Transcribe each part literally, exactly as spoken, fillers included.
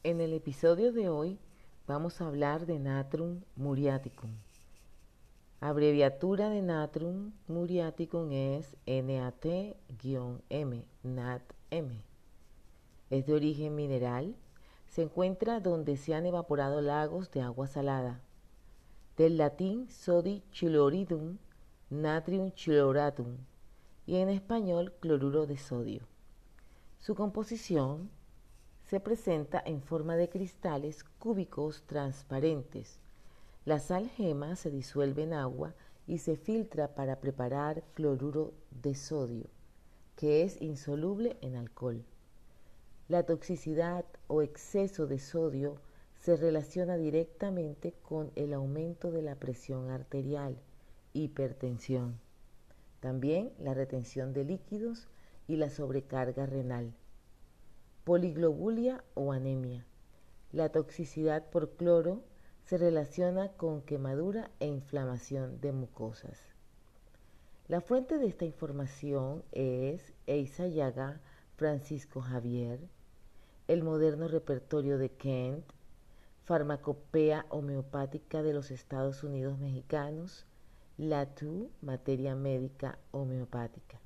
En el episodio de hoy vamos a hablar de Natrum muriaticum. Abreviatura de Natrum muriaticum es N A T M, NAT-M. Es de origen mineral, se encuentra donde se han evaporado lagos de agua salada. Del latín sodi chloridum, natrium chloratum, y en español cloruro de sodio. Su composición se presenta en forma de cristales cúbicos transparentes. La sal gema se disuelve en agua y se filtra para preparar cloruro de sodio, que es insoluble en alcohol. La toxicidad o exceso de sodio se relaciona directamente con el aumento de la presión arterial, hipertensión, también la retención de líquidos y la sobrecarga renal. Poliglobulia o anemia. La toxicidad por cloro se relaciona con quemadura e inflamación de mucosas. La fuente de esta información es Eizayaga Francisco Javier, el moderno repertorio de Kent, Farmacopea homeopática de los Estados Unidos mexicanos, Latu, materia médica homeopática.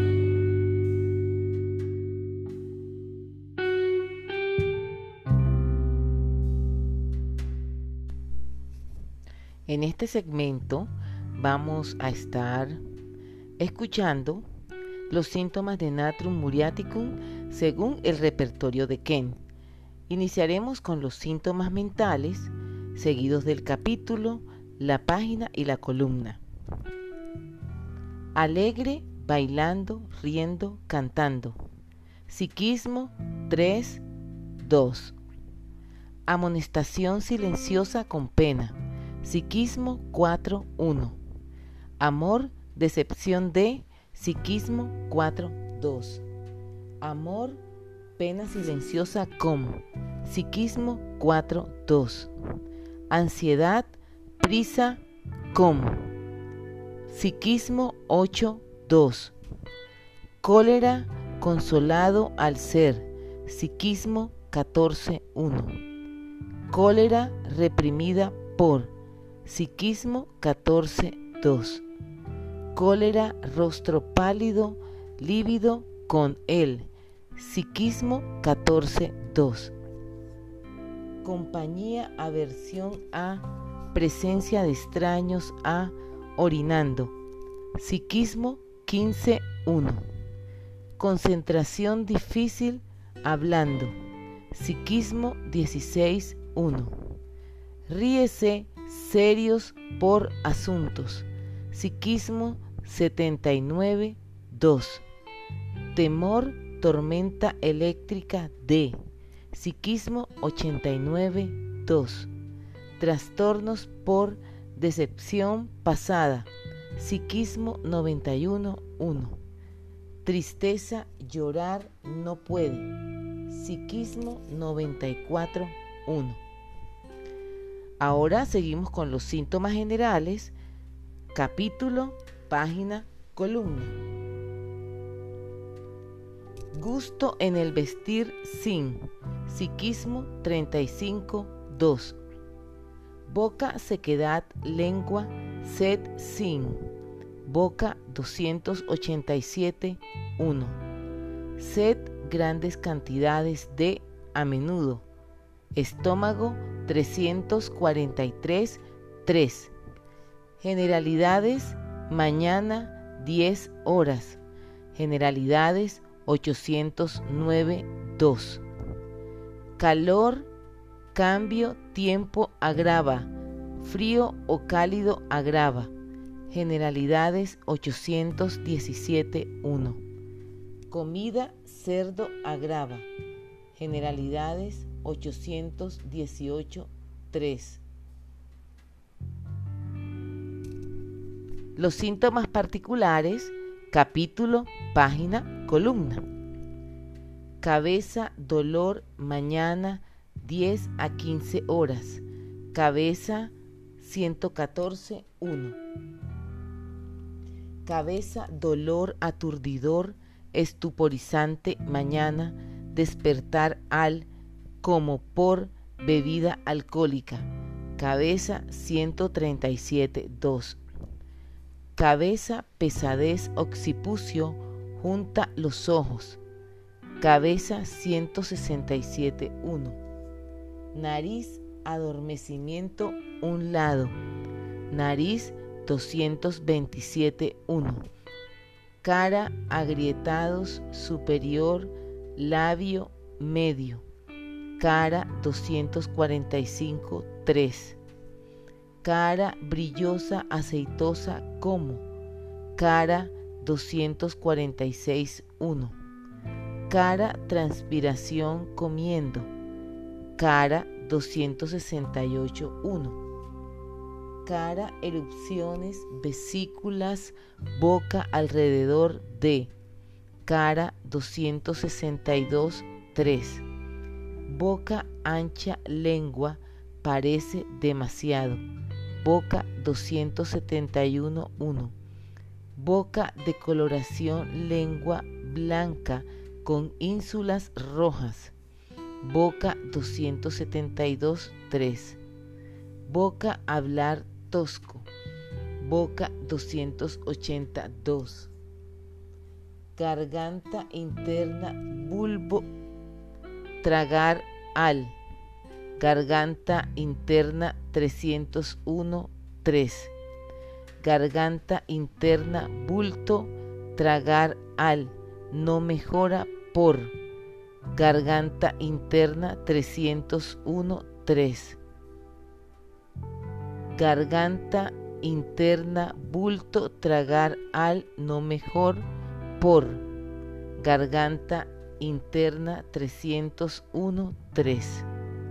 En este segmento vamos a estar escuchando los síntomas de Natrum muriaticum según el repertorio de Kent. Iniciaremos con los síntomas mentales, seguidos del capítulo, la página y la columna. Alegre, bailando, riendo, cantando. Psiquismo tres, dos. Amonestación silenciosa con pena. Psiquismo cuatro, uno. Amor, decepción de. Psiquismo cuatro, dos. Amor, pena silenciosa como. Psiquismo cuatro, dos. Ansiedad, prisa como. Psiquismo ocho, dos. Cólera, consolado al ser. Psiquismo catorce, uno. Cólera reprimida por. Psiquismo catorce, dos. Cólera, rostro pálido, lívido con él. Psiquismo catorce, dos. Compañía, aversión a, presencia de extraños a, orinando. Psiquismo quince, uno. Concentración difícil, hablando. Psiquismo dieciséis, uno. Ríese, serios por asuntos. Psiquismo setenta y nueve, dos. Temor, tormenta eléctrica de. Psiquismo ochenta y nueve, dos. Trastornos por decepción pasada. Psiquismo noventa y uno, uno. Tristeza, llorar no puede. Psiquismo noventa y cuatro, uno. Ahora seguimos con los síntomas generales, capítulo, página, columna. Gusto en el vestir sin. Psiquismo treinta y cinco, dos. Boca, sequedad, lengua, sed sin. Boca doscientos ochenta y siete, uno. Sed, grandes cantidades de, a menudo. Estómago trescientos cuarenta y tres, tres. Generalidades, mañana diez horas. Generalidades ochocientos nueve, dos. Calor, cambio, tiempo agrava. Frío o cálido agrava. Generalidades ochocientos diecisiete, uno. Comida, cerdo agrava. Generalidades ochocientos dieciocho, tres. Los síntomas particulares, capítulo, página, columna. Cabeza, dolor, mañana, diez a quince horas. Cabeza, ciento catorce, uno. Cabeza, dolor, aturdidor, estuporizante, mañana, despertar al, como por bebida alcohólica. Cabeza ciento treinta y siete punto dos. Cabeza, pesadez, occipucio, junta los ojos. Cabeza ciento sesenta y siete punto uno. Nariz, adormecimiento, un lado. Nariz doscientos veintisiete punto uno. Cara, agrietados, superior, labio, medio. Cara doscientos cuarenta y cinco punto tres. Cara brillosa, aceitosa, como. Cara doscientos cuarenta y seis punto uno. Cara, transpiración, comiendo. Cara doscientos sesenta y ocho punto uno. Cara, erupciones, vesículas, boca alrededor de. Cara doscientos sesenta y dos punto tres. Boca ancha, lengua, parece demasiado. Boca doscientos setenta y uno punto uno. Boca de coloración, lengua blanca con ínsulas rojas. Boca doscientos setenta y dos punto tres. Boca hablar tosco. Boca doscientos ochenta punto dos. Garganta interna, bulbo, tragar al. Garganta interna trescientos uno punto tres. Garganta interna, bulto, tragar al. No mejora por. Garganta interna trescientos uno punto tres. Garganta interna, bulto, tragar al, no mejor por. Garganta interna trescientos uno punto tres.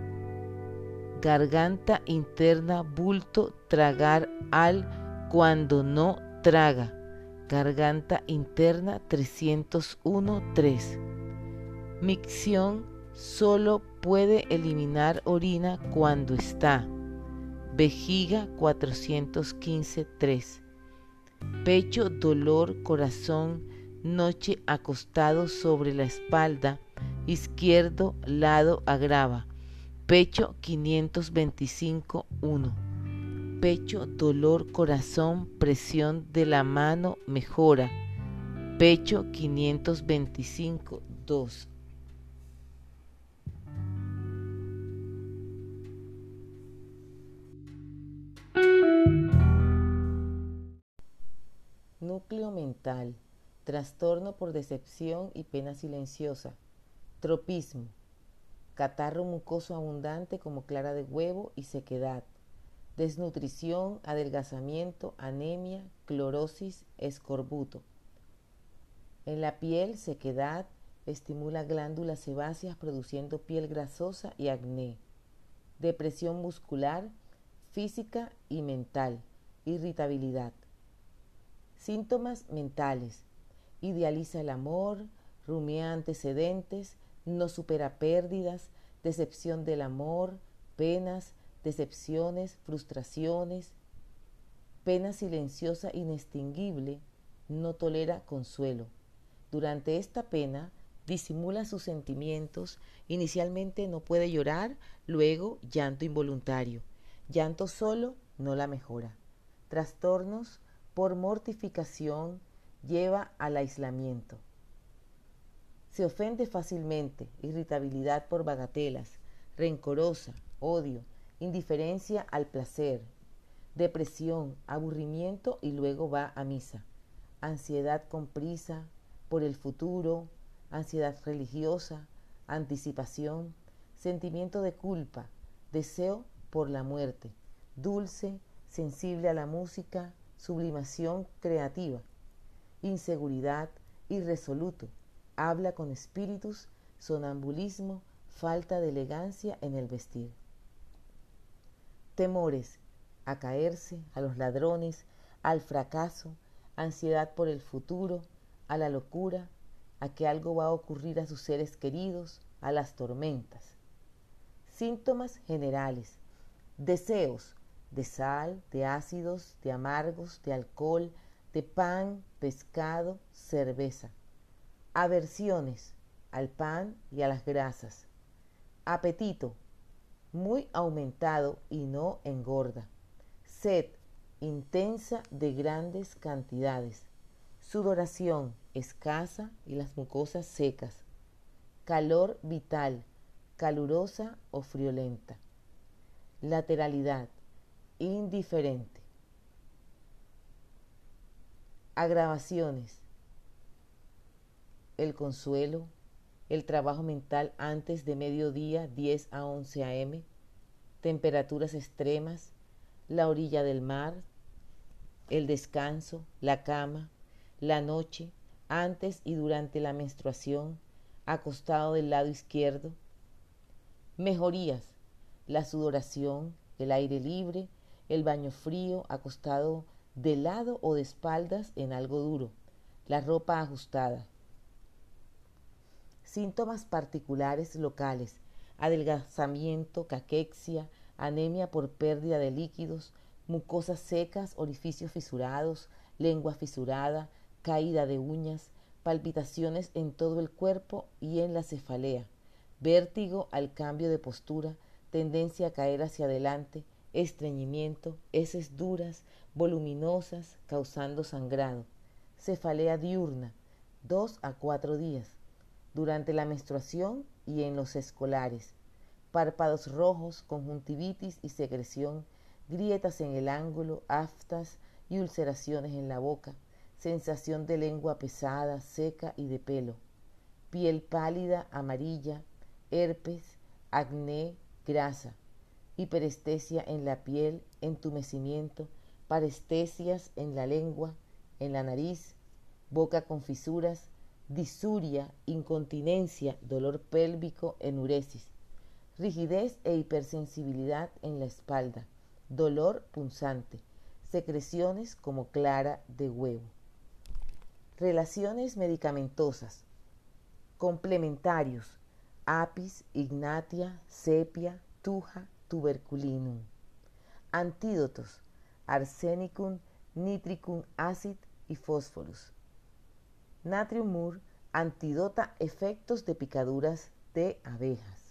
Garganta interna, bulto, tragar al cuando no traga. Garganta interna trescientos uno punto tres. Micción solo puede eliminar orina cuando está. Vejiga cuatrocientos quince punto tres. Pecho, dolor, corazón, noche acostado sobre la espalda, izquierdo lado agrava. Pecho quinientos veinticinco punto uno. Pecho, dolor, corazón, presión de la mano mejora. Pecho quinientos veinticinco punto dos. Núcleo mental, trastorno por decepción y pena silenciosa, tropismo, catarro mucoso abundante como clara de huevo y sequedad, desnutrición, adelgazamiento, anemia, clorosis, escorbuto. En la piel, sequedad, estimula glándulas sebáceas produciendo piel grasosa y acné, depresión muscular, física y mental, irritabilidad. Síntomas mentales: idealiza el amor, rumea antecedentes, no supera pérdidas, decepción del amor, penas, decepciones, frustraciones, pena silenciosa inextinguible, no tolera consuelo. Durante esta pena disimula sus sentimientos, inicialmente no puede llorar, luego llanto involuntario. Llanto solo no la mejora. Trastornos por mortificación lleva al aislamiento. Se ofende fácilmente, irritabilidad por bagatelas, rencorosa, odio, indiferencia al placer, depresión, aburrimiento y luego va a misa, ansiedad con prisa por el futuro, ansiedad religiosa, anticipación, sentimiento de culpa, deseo por la muerte, dulce, sensible a la música, sublimación creativa, inseguridad, irresoluto, habla con espíritus, sonambulismo, falta de elegancia en el vestir. Temores: a caerse, a los ladrones, al fracaso, ansiedad por el futuro, a la locura, a que algo va a ocurrir a sus seres queridos, a las tormentas. Síntomas generales: deseos de sal, de ácidos, de amargos, de alcohol, de pan, pescado, cerveza. Aversiones al pan y a las grasas. Apetito, muy aumentado y no engorda. Sed, intensa de grandes cantidades. Sudoración, escasa y las mucosas secas. Calor vital, calurosa o friolenta. Lateralidad, indiferente. Agravaciones, el consuelo, el trabajo mental antes de mediodía, diez a once a eme, temperaturas extremas, la orilla del mar, el descanso, la cama, la noche, antes y durante la menstruación, acostado del lado izquierdo. Mejorías, la sudoración, el aire libre, el baño frío, acostado de lado o de espaldas en algo duro, la ropa ajustada. Síntomas particulares locales: adelgazamiento, caquexia, anemia por pérdida de líquidos, mucosas secas, orificios fisurados, lengua fisurada, caída de uñas, palpitaciones en todo el cuerpo y en la cefalea, vértigo al cambio de postura, tendencia a caer hacia adelante, estreñimiento, heces duras, voluminosas, causando sangrado, cefalea diurna, dos a cuatro días, durante la menstruación y en los escolares, párpados rojos, conjuntivitis y secreción, grietas en el ángulo, aftas y ulceraciones en la boca, sensación de lengua pesada, seca y de pelo, piel pálida, amarilla, herpes, acné, grasa, hiperestesia en la piel, entumecimiento, parestesias en la lengua, en la nariz, boca con fisuras, disuria, incontinencia, dolor pélvico, enuresis, rigidez e hipersensibilidad en la espalda, dolor punzante, secreciones como clara de huevo. Relaciones medicamentosas. Complementarios: apis, ignatia, sepia, tuja, tuberculinum. Antídotos: arsenicum, nitricum acid y phosphorus. Natrium mur antidota efectos de picaduras de abejas.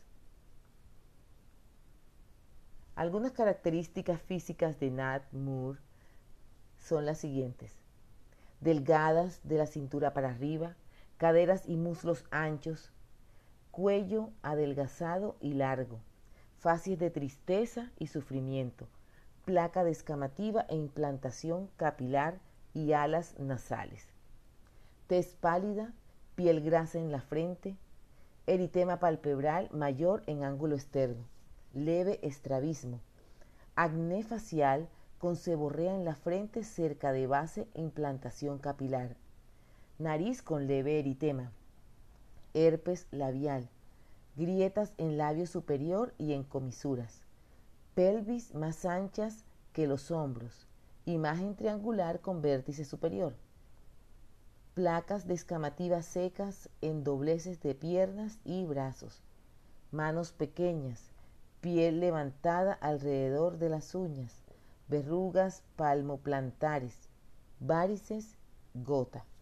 Algunas características físicas de Nat Mur son las siguientes: delgadas de la cintura para arriba, caderas y muslos anchos, cuello adelgazado y largo, facies de tristeza y sufrimiento, placa descamativa e implantación capilar y alas nasales. Tez pálida, piel grasa en la frente, eritema palpebral mayor en ángulo externo, leve estrabismo, acné facial con seborrea en la frente cerca de base e implantación capilar, nariz con leve eritema, herpes labial, grietas en labio superior y en comisuras, pelvis más anchas que los hombros, imagen triangular con vértice superior, placas descamativas secas en dobleces de piernas y brazos, manos pequeñas, piel levantada alrededor de las uñas, verrugas palmoplantares, varices, gota.